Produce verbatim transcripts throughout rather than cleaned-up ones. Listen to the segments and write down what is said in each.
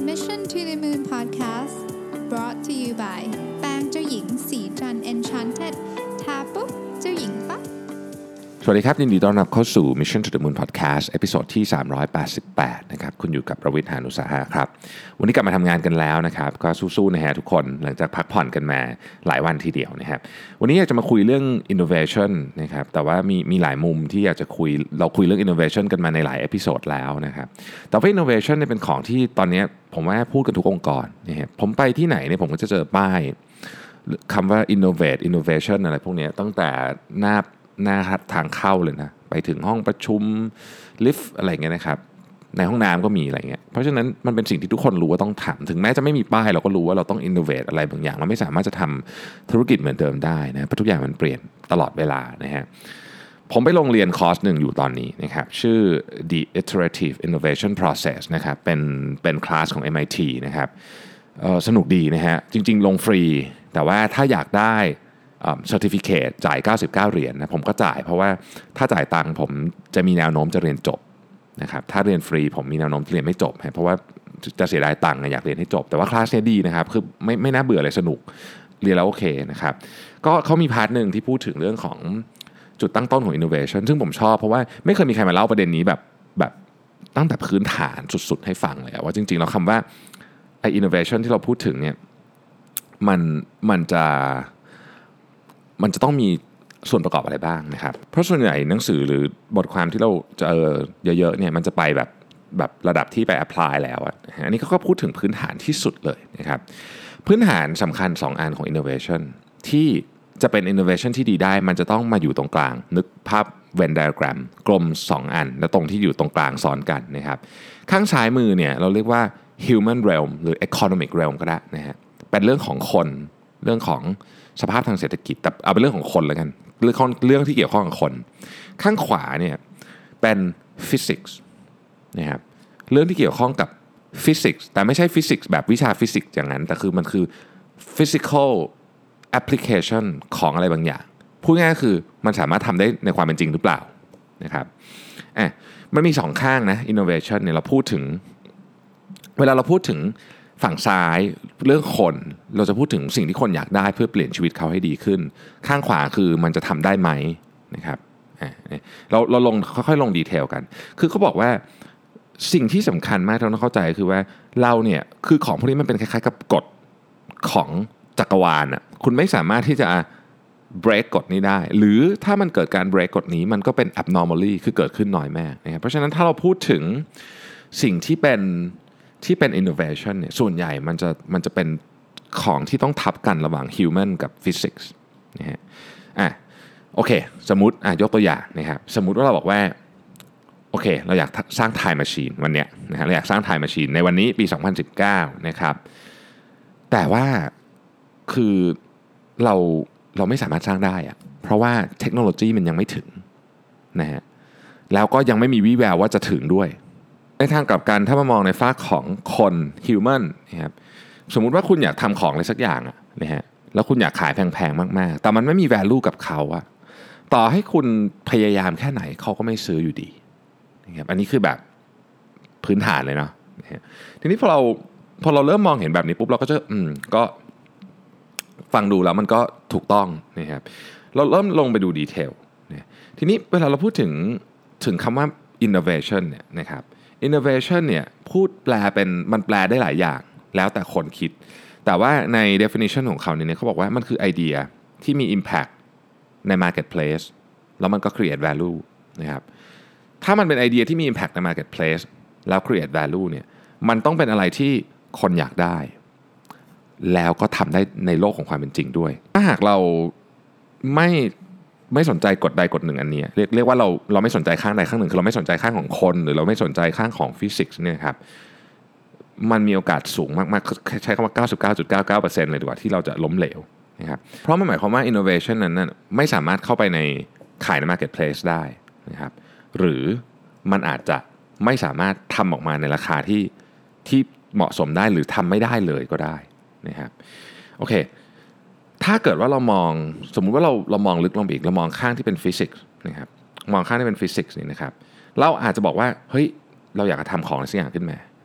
Mission to the Moon Podcast brought to you by แป้งเจ้าหญิงสีจัน Enchanted ทาปุ๊บเจ้าหญิงปั๊บสวัสดีครับยินดีต้อนรับเข้าสู่ Mission to the Moon Podcast เอพิโซดที่สามร้อยแปดสิบแปดนะครับคุณอยู่กับประวิทย์ หาญอุตสาหะครับวันนี้กลับมาทำงานกันแล้วนะครับก็สู้ๆนะฮะทุกคนหลังจากพักผ่อนกันมาหลายวันทีเดียวนะครับวันนี้อยากจะมาคุยเรื่อง innovation นะครับแต่ว่ามีมีหลายมุมที่อยากจะคุยเราคุยเรื่อง innovation กันมาในหลายเอพิโซดแล้วนะครับแต่ว่า innovation เนี่ยเป็นของที่ตอนนี้ผมว่าพูดกันทุกองค์กรนะครับผมไปที่ไหนเนี่ยผมก็จะเจอป้ายคำว่า innovate innovation อะไรพวกนี้ตั้งแต่หน้าหน้าทางเข้าเลยนะไปถึงห้องประชุมลิฟต์อะไรเงี้ยนะครับในห้องน้ำก็มีอะไรเงี้ยเพราะฉะนั้นมันเป็นสิ่งที่ทุกคนรู้ว่าต้องทำถึงแม้จะไม่มีป้ายเราก็รู้ว่าเราต้อง innovate อะไรบางอย่างเราไม่สามารถจะทำธุรกิจเหมือนเดิมได้นะเพราะทุกอย่างมันเปลี่ยนตลอดเวลานะฮะผมไปลงเรียนคอร์สหนึ่งอยู่ตอนนี้นะครับชื่อ The Iterative Innovation Process นะครับเป็นเป็นคลาสของ เอ็ม ไอ ที นะครับสนุกดีนะฮะจริงๆลงฟรีแต่ว่าถ้าอยากได้certificate จ่ายเก้าสิบเก้าเหรียญนะผมก็จ่ายเพราะว่าถ้าจ่ายตังค์ผมจะมีแนวโน้มจะเรียนจบนะครับถ้าเรียนฟรีผมมีแนวโน้มจะเรียนไม่จบเพราะว่าจะเสียดายตังค์อยากเรียนให้จบแต่ว่าคลาสนี้ดีนะครับคือไม่ไม่น่าเบื่อเลยสนุกเรียนแล้วโอเคนะครับก็เขามีพาร์ทนึงที่พูดถึงเรื่องของจุดตั้งต้นของ innovation ซึ่งผมชอบเพราะว่าไม่เคยมีใครมาเล่าประเด็นนี้แบบแบบตั้งแต่พื้นฐานสุดๆให้ฟังเลยว่าจริงๆแล้วคำว่าไอ้ innovation ที่เราพูดถึงเนี่ยมันมันจะมันจะต้องมีส่วนประกอบอะไรบ้างนะครับเพราะส่วนใหญ่หนังสือหรือบทความที่เราเจอเยอะๆเนี่ยมันจะไปแบบแบบระดับที่ไป apply แล้วอ่ะอันนี้เขาก็พูดถึงพื้นฐานที่สุดเลยนะครับพื้นฐานสำคัญสองอันของ innovation ที่จะเป็น innovation ที่ดีได้มันจะต้องมาอยู่ตรงกลางนึกภาพ Venn diagram กลมสองอันและตรงที่อยู่ตรงกลางซ้อนกันนะครับข้างซ้ายมือเนี่ยเราเรียกว่า human realm หรือ economic realm ก็ได้นะฮะเป็นเรื่องของคนเรื่องของสภาพทางเศรษฐกิจแต่เอาเป็นเรื่องของคนแล้วกันเรื่องเรื่องที่เกี่ยวข้องกับคนข้างขวาเนี่ยเป็นฟิสิกส์นะครับเรื่องที่เกี่ยวข้องกับฟิสิกส์แต่ไม่ใช่ฟิสิกส์แบบวิชาฟิสิกส์อย่างนั้นแต่คือมันคือ physical application ของอะไรบางอย่างพูดง่ายๆคือมันสามารถทำได้ในความเป็นจริงหรือเปล่านะครับอ่ะมันมีสองข้างนะ innovation เนี่ยเราพูดถึงเวลาเราพูดถึงฝั่งซ้ายเรื่องคนเราจะพูดถึงสิ่งที่คนอยากได้เพื่อเปลี่ยนชีวิตเขาให้ดีขึ้นข้างขวาคือมันจะทำได้ไหมนะครับเราเราลงค่อยๆลงดีเทลกันคือเขาบอกว่าสิ่งที่สำคัญมากที่เราต้องเข้าใจคือว่าเราเนี่ยคือของพวกนี้มันเป็นคล้ายๆกับกฎของจักรวาลอ่ะคุณไม่สามารถที่จะ break กฎนี้ได้หรือถ้ามันเกิดการ break กฎนี้มันก็เป็น abnormally คือเกิดขึ้นน้อยมากนะครับเพราะฉะนั้นถ้าเราพูดถึงสิ่งที่เป็นที่เป็น innovation เนี่ยส่วนใหญ่มันจะมันจะเป็นของที่ต้องทับกันระหว่าง human กับ physics นะฮะอ่ะโอเคสมมุติอ่ะยกตัวอย่างนะครับสมมุติว่าเราบอกว่าโอเคเราอยากสร้าง time machine วันเนี้ยนะฮะเราอยากสร้าง time machine ในวันนี้ปีสองพันสิบเก้านะครับแต่ว่าคือเราเราไม่สามารถสร้างได้อะเพราะว่าเทคโนโลยีมันยังไม่ถึงนะฮะแล้วก็ยังไม่มีวี่แววว่าจะถึงด้วยในทางกลับกันถ้ามามองในฝั่งของคน human นะครับสมมุติว่าคุณอยากทำของอะไรสักอย่างอะนะฮะแล้วคุณอยากขายแพงๆมากๆแต่มันไม่มี value กับเขาอะต่อให้คุณพยายามแค่ไหนเขาก็ไม่ซื้ออยู่ดีนะครับอันนี้คือแบบพื้นฐานเลยเนาะทีนี้พอเราพอเราเริ่มมองเห็นแบบนี้ปุ๊บเราก็จะอืมก็ฟังดูแล้วมันก็ถูกต้องนะครับเราเริ่มลงไปดูดีเทลทีนี้เวลาเราพูดถึงถึงคำว่า innovation เนี่ยนะครับinnovation เนี่ยพูดแปลเป็นมันแปลได้หลายอย่างแล้วแต่คนคิดแต่ว่าใน definition ของเขาเนี่ยเขาบอกว่ามันคือไอเดียที่มี impact ใน marketplace แล้วมันก็ create value นะครับถ้ามันเป็นไอเดียที่มี impact ใน marketplace แล้ว create value เนี่ยมันต้องเป็นอะไรที่คนอยากได้แล้วก็ทำได้ในโลกของความเป็นจริงด้วยถ้าหากเราไม่ไม่สนใจกฎใดกฎหนึ่งอันนี้เรียกเรียกว่าเราเราไม่สนใจข้างใดข้างหนึ่งคือเราไม่สนใจข้างของคนหรือเราไม่สนใจข้างของฟิสิกส์เนี่ยครับมันมีโอกาสสูงมากๆใช้คำว่า เก้าสิบเก้าจุดเก้าเก้าเปอร์เซ็นต์ เลยดีกว่าที่เราจะล้มเหลวนะครับเพราะมันหมายความว่า innovation นั้นน่ะไม่สามารถเข้าไปในขายใน marketplace ได้นะครับหรือมันอาจจะไม่สามารถทำออกมาในราคาที่ที่เหมาะสมได้หรือทำไม่ได้เลยก็ได้นะครับโอเคถ้าเกิดว่าเรามองสมมุติว่าเราเรามองลึกลงไปอีกเรามองข้างที่เป็นฟิสิกส์นะครับมองข้างที่เป็นฟิสิกส์นี่นะครับเราอาจจะบอกว่าเฮ้ยเราอยากจะทำของอะไรสักอย่างขึ้นมานะครับ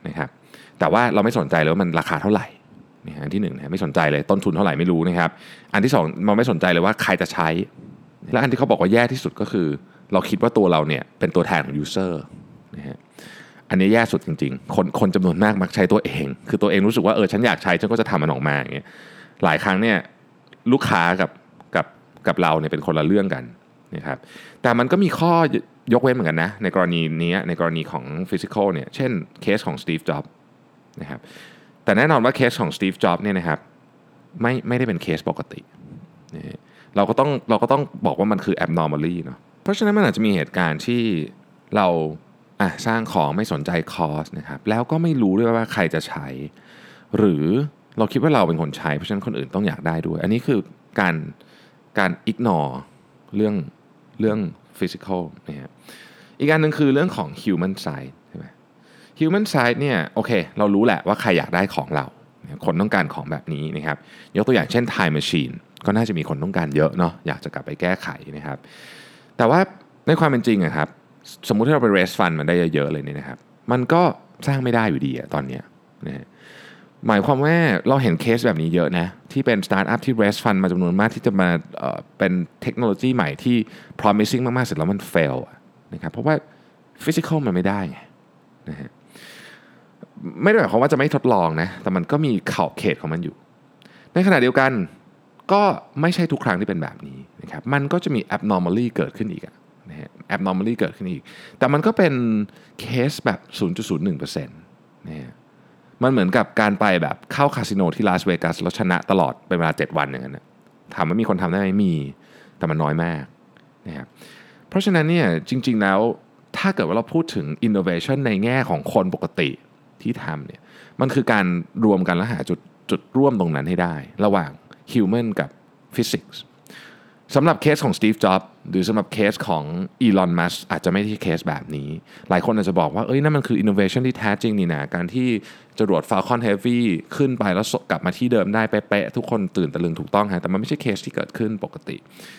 แต่ว่าเราไม่สนใจเลยว่ามันราคาเท่าไหร่นี่อันที่หนึ่งนะไม่สนใจเลยต้นทุนเท่าไหร่ไม่รู้นะครับอันที่สองเราไม่สนใจเลยว่าใครจะใช้และอันที่เขาบอกว่าแย่ที่สุดก็คือเราคิดว่าตัวเราเนี่ยเป็นตัวแทนของยูเซอร์นะฮะอันนี้แย่สุดจริงๆคนคนจำนวนมากมักใช้ตัวเองคือตัวเองรู้สึกว่าเออฉันอยากใช้ฉันก็จะทำมันออกมาอย่างเงี้ยหลายครั้งเนี่ยลูกค้ากับกับกับเราเนี่ยเป็นคนละเรื่องกันนะครับแต่มันก็มีข้อยกเว้นเหมือนกันนะในกรณีนี้ในกรณีของฟิสิกอลเนี่ยเช่นเคสของสตีฟจ็อบส์นะครับแต่แน่นอนว่าเคสของสตีฟจ็อบส์เนี่ยนะครับไม่ไม่ได้เป็นเคสปกตินะเราก็ต้องเราก็ต้องบอกว่ามันคือ abnormally เนาะเพราะฉะนั้นมันอาจจะมีเหตุการณ์ที่เราอ่ะสร้างของไม่สนใจคอสนะครับแล้วก็ไม่รู้ด้วยว่าใครจะใช้หรือเราคิดว่าเราเป็นคนใช้เพราะฉะนั้นคนอื่นต้องอยากได้ด้วยอันนี้คือการการ ignore เรื่องเรื่อง physical นะฮะอีกอันนึงคือเรื่องของ human side ใช่ไหม human side เนี่ยโอเคเรารู้แหละว่าใครอยากได้ของเราคนต้องการของแบบนี้นะครับยกตัวอย่างเช่น time machine ก็น่าจะมีคนต้องการเยอะเนาะอยากจะกลับไปแก้ไขนะครับแต่ว่าในความเป็นจริงอะครับสมมุติที่เราไป raise fund มันได้เยอะๆเลยเนี่ยนะครับมันก็สร้างไม่ได้อยู่ดีอะตอนเนี้ยนะฮะหมายความว่าเราเห็นเคสแบบนี้เยอะนะที่เป็นสตาร์ทอัพที่ raise fund มาจำนวนมากที่จะมาเอ่อเป็นเทคโนโลยีใหม่ที่ promising มากๆเสร็จแล้วมัน fail นะครับเพราะว่า physical มันไม่ได้ไงนะฮะไม่ได้หมายความว่าจะไม่ทดลองนะแต่มันก็มีขอบเขตของมันอยู่ในขณะเดียวกันก็ไม่ใช่ทุกครั้งที่เป็นแบบนี้นะครับมันก็จะมี abnormally เกิดขึ้นอีกนะฮะ abnormally เกิดขึ้นอีกแต่มันก็เป็นเคสแบบ ศูนย์จุดศูนย์หนึ่งเปอร์เซ็นต์ นะฮะมันเหมือนกับการไปแบบเข้าคาสิโนที่ลาสเวกัสแล้วชนะตลอดเป็นเวลาเจ็ดวันอย่างนั้นนะถามว่ามีคนทำได้ไหมมีแต่มันน้อยมากนะครับเพราะฉะนั้นเนี่ยจริงๆแล้วถ้าเกิดว่าเราพูดถึง innovation ในแง่ของคนปกติที่ทำเนี่ยมันคือการรวมกันและหาจุดจุดร่วมตรงนั้นให้ได้ระหว่าง human กับ physics สำหรับเคสของ Steve Jobs หรือสำหรับเคสของ Elon Musk อาจจะไม่ใช่เคสแบบนี้หลายคนอาจจะบอกว่าเอ้ยนั่นมันคือ innovation ที่แท้จริงนี่นะการที่จรวด Falcon Heavy ขึ้นไปแล้วกลับมาที่เดิมได้เป๊ะๆทุกคนตื่นตะลึงถูกต้องฮะแต่มันไม่ใช่เคสที่เกิดขึ้นปกติ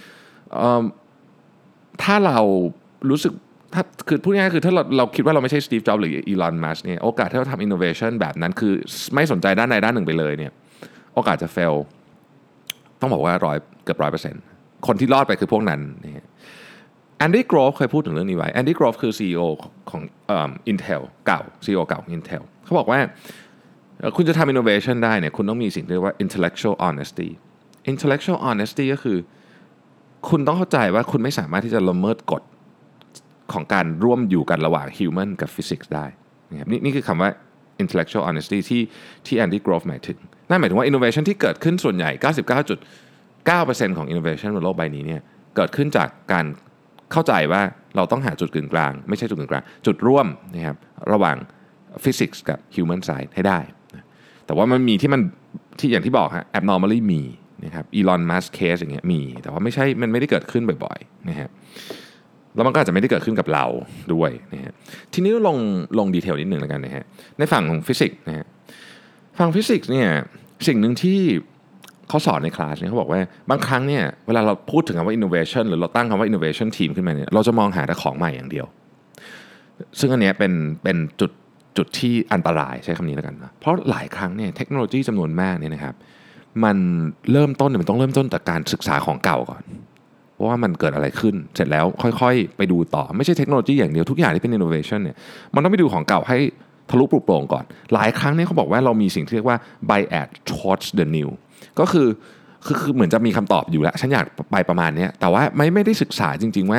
ถ้าเรารู้สึกถ้าคือพูดง่ายๆคือถ้าเราเราคิดว่าเราไม่ใช่ Steve Jobs หรือ Elon Musk เนี่ยโอกาสที่เราทำ innovation แบบนั้นคือไม่สนใจด้านใดด้านหนึ่งไปเลยเนี่ยโอกาสจะ fail ต้องบอกว่าร้อยเกือบร้อยเปอร์เซ็นต์คนที่รอดไปคือพวกนั้นนะแอนดี้โกรฟเคยพูดถึงเรื่องนี้ไว้แอนดี้โกรฟคือ ซี อี โอ ของเอ่อ Intel เก่า ซี อี โอ เก่าของ Intel เขาบอกว่าคุณจะทำ innovation ได้เนี่ยคุณต้องมีสิ่งที่เรียกว่า intellectual honesty intellectual honesty ก็คือคุณต้องเข้าใจว่าคุณไม่สามารถที่จะละเมิดกฎของการร่วมอยู่กันระหว่าง human กับ physics ได้นะครับ น, นี่คือคำว่า intellectual honesty ที่ที่ Andy Grove หมายถึงนั่นหมายถึงว่า innovation ที่เกิดขึ้นส่วนใหญ่ เก้าสิบเก้าจุดเก้าเปอร์เซ็นต์ ของ innovation บนโลกใบนี้เนี่ยเกิดขึ้นจากการเข้าใจว่าเราต้องหาจุดกึ่งกลางไม่ใช่จุดกึ่งกลางจุดร่วมนะครับระหว่าง physics กับ human side ให้ได้แต่ว่ามันมีที่มันที่อย่างที่บอกฮะ abnormally มีนะครับ Elon Musk case อย่างเงี้ยมีแต่ว่าไม่ใช่มันไม่ได้เกิดขึ้นบ่อยๆนะครับแล้วมันก็อาจจะไม่ได้เกิดขึ้นกับเราด้วยนะฮะทีนี้ลงลงดีเทลนิดหนึ่งแล้วกันนะฮะในฝั่งของฟิสิกส์นะฮะฝั่งฟิสิกส์เนี่ยสิ่งหนึ่งที่เขาสอนในคลาสเนี่ยเขาบอกว่าบางครั้งเนี่ยเวลาเราพูดถึงคำว่า innovation หรือเราตั้งคำว่า innovation team ขึ้นมาเนี่ยเราจะมองหาแต่ของใหม่อย่างเดียวซึ่งอันนี้เป็นเป็นจุดจุดที่อันตรายใช้คำนี้แล้วกันนะเพราะหลายครั้งเนี่ยเทคโนโลยีจำนวนมากเนี่ยนะครับมันเริ่มต้นเนี่ยมันต้องเริ่มต้นจากการศึกษาของเก่าก่อนว่ามันเกิดอะไรขึ้นเสร็จแล้วค่อยๆไปดูต่อไม่ใช่เทคโนโลยีอย่างเดียวทุกอย่างที่เป็น innovation เนี่ยมันต้องไปดูของเก่าให้ทะลุปลุกโปร่งก่อนหลายครั้งเนี่ยเขาบอกว่าเรามีสิ่งที่เรียกว่า bias towards the new ก็คือคือคือเหมือนจะมีคำตอบอยู่แล้วฉันอยากไปประมาณนี้แต่ว่าไม่ไม่ได้ศึกษาจริงๆว่า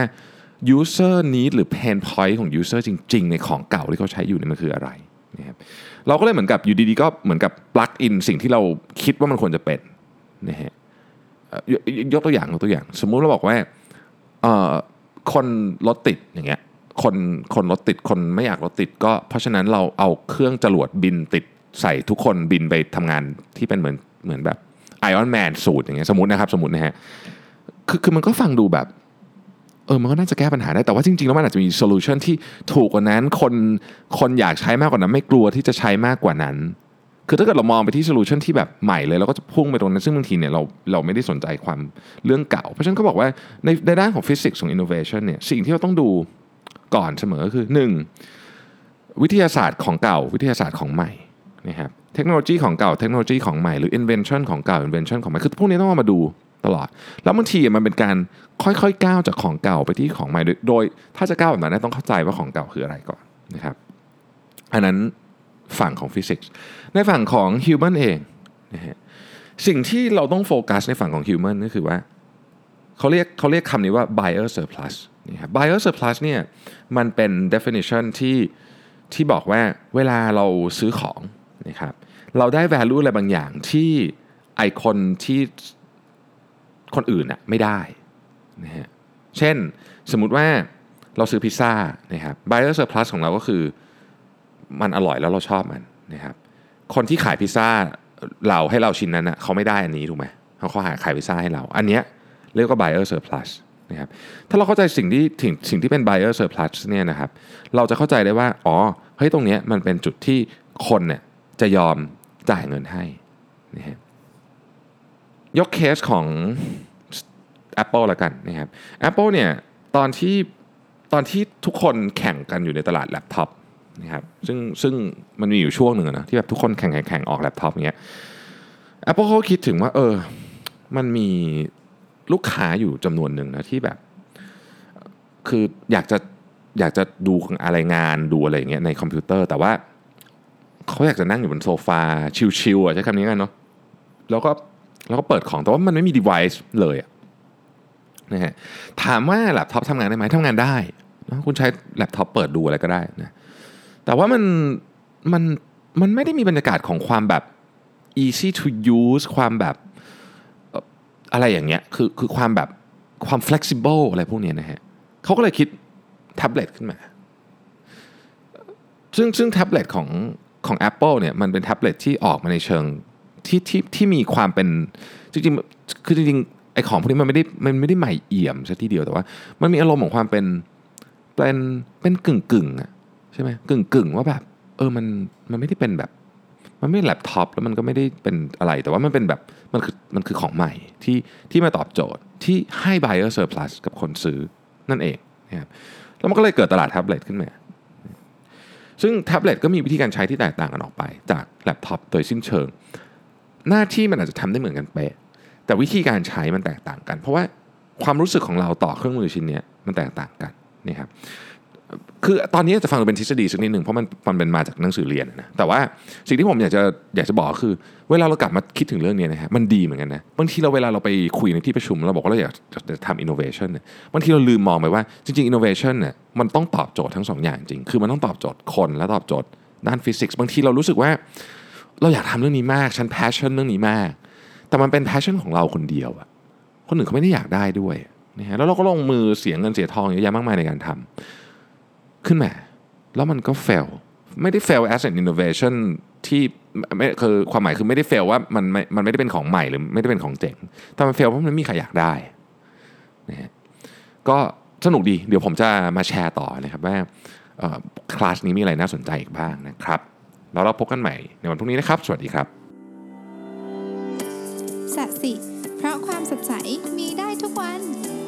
user need หรือ pain point ของ user จริงๆในของเก่าที่เขาใช้อยู่เนี่ยมันคืออะไรนะครับเราก็เลยเหมือนกับอยู่ดีๆก็เหมือนกับ plug in สิ่งที่เราคิดว่ามันควรจะเป็นนะฮะยกตัวอย่างยกตัวอย่างสมมุติเราบอกว่าคนรถติดอย่างเงี้ยคนคนรถติดคนไม่อยากรถติดก็เพราะฉะนั้นเราเอาเครื่องจรวดบินติดใส่ทุกคนบินไปทำงานที่เป็นเหมือนเหมือนแบบไอออนแมนสูตรอย่างเงี้ยสมมตินะครับสมมตินะฮะคือคือมันก็ฟังดูแบบเออมันก็น่าจะแก้ปัญหาได้แต่ว่าจริงๆแล้วมันอาจจะมีโซลูชันที่ถูกกว่านั้นคนคนอยากใช้มากกว่านั้นไม่กลัวที่จะใช้มากกว่านั้นคือถ้าเกิดเรามองไปที่โซลูชันที่แบบใหม่เลยเราก็จะพุ่งไปตรงนั้นซึ่งบางทีเนี่ยเราเราไม่ได้สนใจความเรื่องเก่าเพราะฉะนั้นก็บอกว่าในในด้านของฟิสิกส์ของ innovation เนี่ยสิ่งที่เราต้องดูก่อนเสมอคือหนึ่งวิทยาศาสตร์ของเก่าวิทยาศาสตร์ของใหม่นะครับเทคโนโลยีของเก่าเทคโนโลยีของใหม่หรือ invention ของเก่า invention ของใหม่คือพวกนี้ต้องเอามาดูตลอดแล้วบางทีมันเป็นการค่อยๆก้าวจากของเก่าไปที่ของใหม่โดยโดยถ้าจะก้าวแบบนั้นต้องเข้าใจว่าของเก่าคืออะไรก่อนนะครับอันนั้นฝั่งของฟิสิกส์ในฝั่งของ human เองนะฮะสิ่งที่เราต้องโฟกัสในฝั่งของ human ก็คือว่าเขาเรียกเขาเรียกคำนี้ว่า buyer surplus นี่ครับ buyer surplus เนี่ยมันเป็น definition ที่ที่บอกว่าเวลาเราซื้อของนะครับเราได้ value อะไรบางอย่างที่ไอคนที่คนอื่นน่ะไม่ได้นะฮะเช่นสมมุติว่าเราซื้อพิซซ่านะครับ buyer surplus ของเราก็คือมันอร่อยแล้วเราชอบมันนะครับคนที่ขายพิซซ่าเราให้เราชิ้นนั้นน่ะเขาไม่ได้อันนี้ถูกไหมเขาเขาขายพิซซ่าให้เราอันเนี้ยเรียกว่า buyer surplus นะครับถ้าเราเข้าใจสิ่งที่สิ่งที่เป็น buyer surplus เนี่ยนะครับเราจะเข้าใจได้ว่าอ๋อเฮ้ยตรงเนี้ยมันเป็นจุดที่คนเนี่ยจะยอมจ่ายเงินให้นะฮะยกเคสของ Apple ละกันนะครับ Apple เนี่ยตอนที่ตอนที่ทุกคนแข่งกันอยู่ในตลาดแล็ปท็อปนะครับซึ่งซึ่งมันมีอยู่ช่วงหนึ่งนะที่แบบทุกคนแข่งแข่งออกแล็ปท็อปเงี้ย Apple เขาคิดถึงว่าเออมันมีลูกค้าอยู่จำนวนหนึ่งนะที่แบบคืออยากจะอยากจะดูอะไรงานดูอะไรอย่างเงี้ยในคอมพิวเตอร์แต่ว่าเขาอยากจะนั่งอยู่บนโซฟาชิลๆอ่ะใช้คำนี้กันเนาะแล้วก็แล้วก็เปิดของแต่ว่ามันไม่มี device เลยนะฮะถามว่าแล็ปท็อปทำงานได้ไหมทำงานได้นะคุณใช้แล็ปท็อปเปิดดูอะไรก็ได้นะแต่ว่ามันมันมันไม่ได้มีบรรยากาศของความแบบ easy to use ความแบบอะไรอย่างเงี้ยคือคือความแบบความ flexible อะไรพวกนี้นะฮะเขาก็เลยคิดแท็บเล็ตขึ้นมาซึ่งซึ่งแท็บเล็ตของของ Apple เนี่ยมันเป็นแท็บเล็ตที่ออกมาในเชิงที่ที่ที่มีความเป็นจริงๆคือจริงๆไอ้ของพวกนี้มันไม่ได้มันไม่ได้ใหม่เอี่ยมซะทีเดียวแต่ว่ามันมีอารมณ์ของความเป็นเป็นเป็นกึ่งกึ่งอะใช่ไหมกึ่งกึ่งว่าแบบเออมันมันไม่ได้เป็นแบบมันไม่แล็ปท็อปแล้วมันก็ไม่ได้เป็นอะไรแต่ว่ามันเป็นแบบมันคือมันคือของใหม่ที่ที่มาตอบโจทย์ที่ให้ buyer surplus กับคนซื้อนั่นเองนะครับแล้วมันก็เลยเกิดตลาดแท็บเล็ตขึ้นมาซึ่งแท็บเล็ตก็มีวิธีการใช้ที่แตกต่างกันออกไปจากแล็ปท็อปโดยสิ้นเชิงหน้าที่มันอาจจะทำได้เหมือนกันเป๊ะแต่วิธีการใช้มันแตกต่างกันเพราะว่าความรู้สึกของเราต่อเครื่องมือชิ้นนี้มันแตกต่างกันนี่ครับคือตอนนี้จะฟังดูเป็นทฤษฎีสักนิดหนึ่งเพราะมันมันเป็นมาจากหนังสือเรียนนะแต่ว่าสิ่งที่ผมอยากจะอยากจะบอกคือเวลาเรากลับมาคิดถึงเรื่องนี้นะฮะมันดีเหมือนกันนะบางทีเราเวลาเราไปคุยในที่ประชุมเราบอกว่าเราอยากจะทำ innovation เนี่ยบางทีเราลืมมองไปว่าจริงๆ innovation เนี่ยมันต้องตอบโจทย์ทั้งสองอย่างจริงคือมันต้องตอบโจทย์คนและตอบโจทย์ด้านฟิสิกส์บางทีเรารู้สึกว่าเราอยากทำเรื่องนี้มากฉัน passion เรื่องนี้มากแต่มันเป็น passion ของเราคนเดียวอะคนอื่นเขาไม่ได้อยากได้ด้วยนะฮะแล้วเราก็ลงมือเสียเงินเสียทองเยอะแยะมากมายในการทำขึ้นมาแล้วมันก็ fail ไม่ได้ fail as an innovation ที่ไม่คือความหมายคือไม่ได้ fail ว่ามันไม่มันไม่ได้เป็นของใหม่หรือไม่ได้เป็นของเจ๋งแต่มัน fail เพราะมันไม่มีใครอยากได้นะฮะก็สนุกดีเดี๋ยวผมจะมาแชร์ต่อนะครับว่าคลาสนี้มีอะไรน่าสนใจอีกบ้างนะครับแล้วเราพบกันใหม่ในวันพรุ่งนี้นะครับสวัสดีครับสัตสิเพราะความสดใสมีได้ทุกวัน